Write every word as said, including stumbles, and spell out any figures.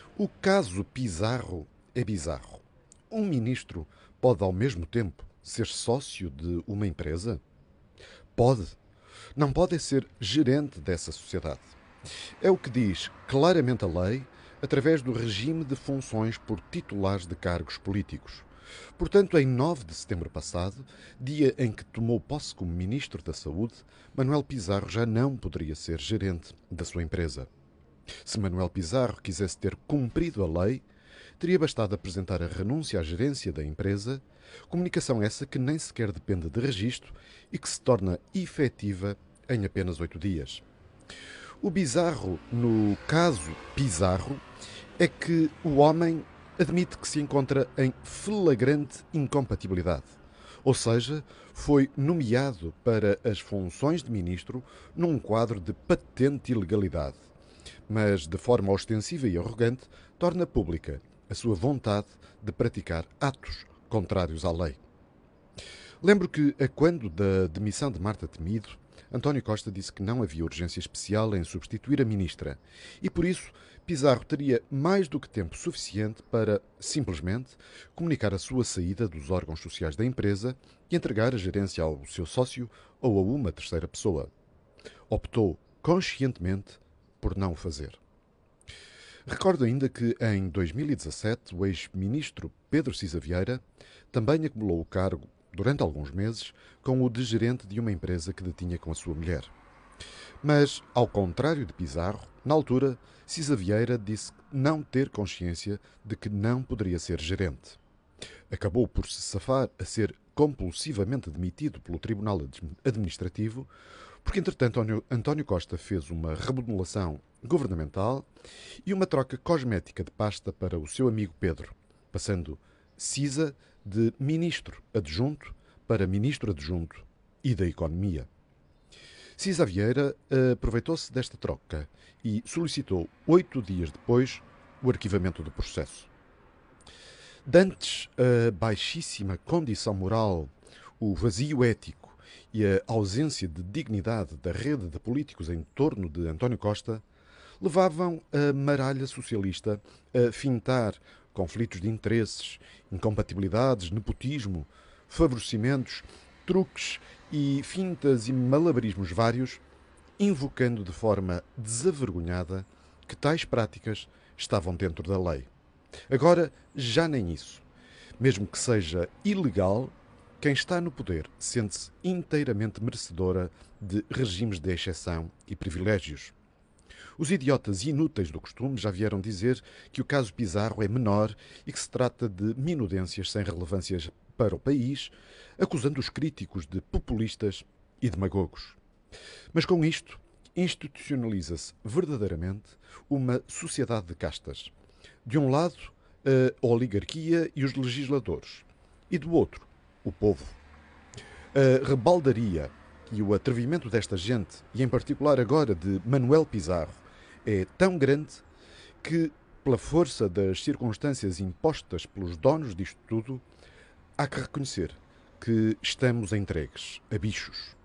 O caso Pizarro é bizarro. Um ministro pode, ao mesmo tempo, ser sócio de uma empresa? Pode. Não pode é ser gerente dessa sociedade. É o que diz claramente a lei através do regime de funções por titulares de cargos políticos. Portanto, em nove de setembro passado, dia em que tomou posse como Ministro da Saúde, Manuel Pizarro já não poderia ser gerente da sua empresa. Se Manuel Pizarro quisesse ter cumprido a lei, teria bastado apresentar a renúncia à gerência da empresa, comunicação essa que nem sequer depende de registro e que se torna efetiva em apenas oito dias. O bizarro no caso Pizarro é que o homem admite que se encontra em flagrante incompatibilidade. Ou seja, foi nomeado para as funções de ministro num quadro de patente ilegalidade, mas de forma ostensiva e arrogante torna pública a sua vontade de praticar atos contrários à lei. Lembro que, a quando da demissão de Marta Temido, António Costa disse que não havia urgência especial em substituir a ministra e, por isso, Pizarro teria mais do que tempo suficiente para, simplesmente, comunicar a sua saída dos órgãos sociais da empresa e entregar a gerência ao seu sócio ou a uma terceira pessoa. Optou conscientemente por não o fazer. Recordo ainda que, em dois mil e dezassete, o ex-ministro Pedro Cisa Vieira também acumulou o cargo, durante alguns meses, com o de gerente de uma empresa que detinha com a sua mulher. Mas, ao contrário de Pizarro, na altura, Cisa Vieira disse não ter consciência de que não poderia ser gerente. Acabou por se safar a ser compulsivamente demitido pelo Tribunal Administrativo, porque, entretanto, António Costa fez uma remodelação governamental e uma troca cosmética de pasta para o seu amigo Pedro, passando Cisa de ministro adjunto para ministro adjunto e da Economia. Cisa Vieira aproveitou-se desta troca e solicitou, oito dias depois, o arquivamento do processo. Dantes, a baixíssima condição moral, o vazio ético e a ausência de dignidade da rede de políticos em torno de António Costa levavam a maralha socialista a fintar conflitos de interesses, incompatibilidades, nepotismo, favorecimentos, truques e fintas e malabarismos vários, invocando de forma desavergonhada que tais práticas estavam dentro da lei. Agora, já nem isso. Mesmo que seja ilegal, quem está no poder sente-se inteiramente merecedora de regimes de exceção e privilégios. Os idiotas inúteis do costume já vieram dizer que o caso Pizarro é menor e que se trata de minudências sem relevâncias para o país, acusando os críticos de populistas e demagogos. Mas com isto, institucionaliza-se verdadeiramente uma sociedade de castas. De um lado, a oligarquia e os legisladores, e do outro, o povo. A rebaldaria e o atrevimento desta gente, e em particular agora de Manuel Pizarro, é tão grande que, pela força das circunstâncias impostas pelos donos disto tudo, há que reconhecer que estamos entregues a bichos.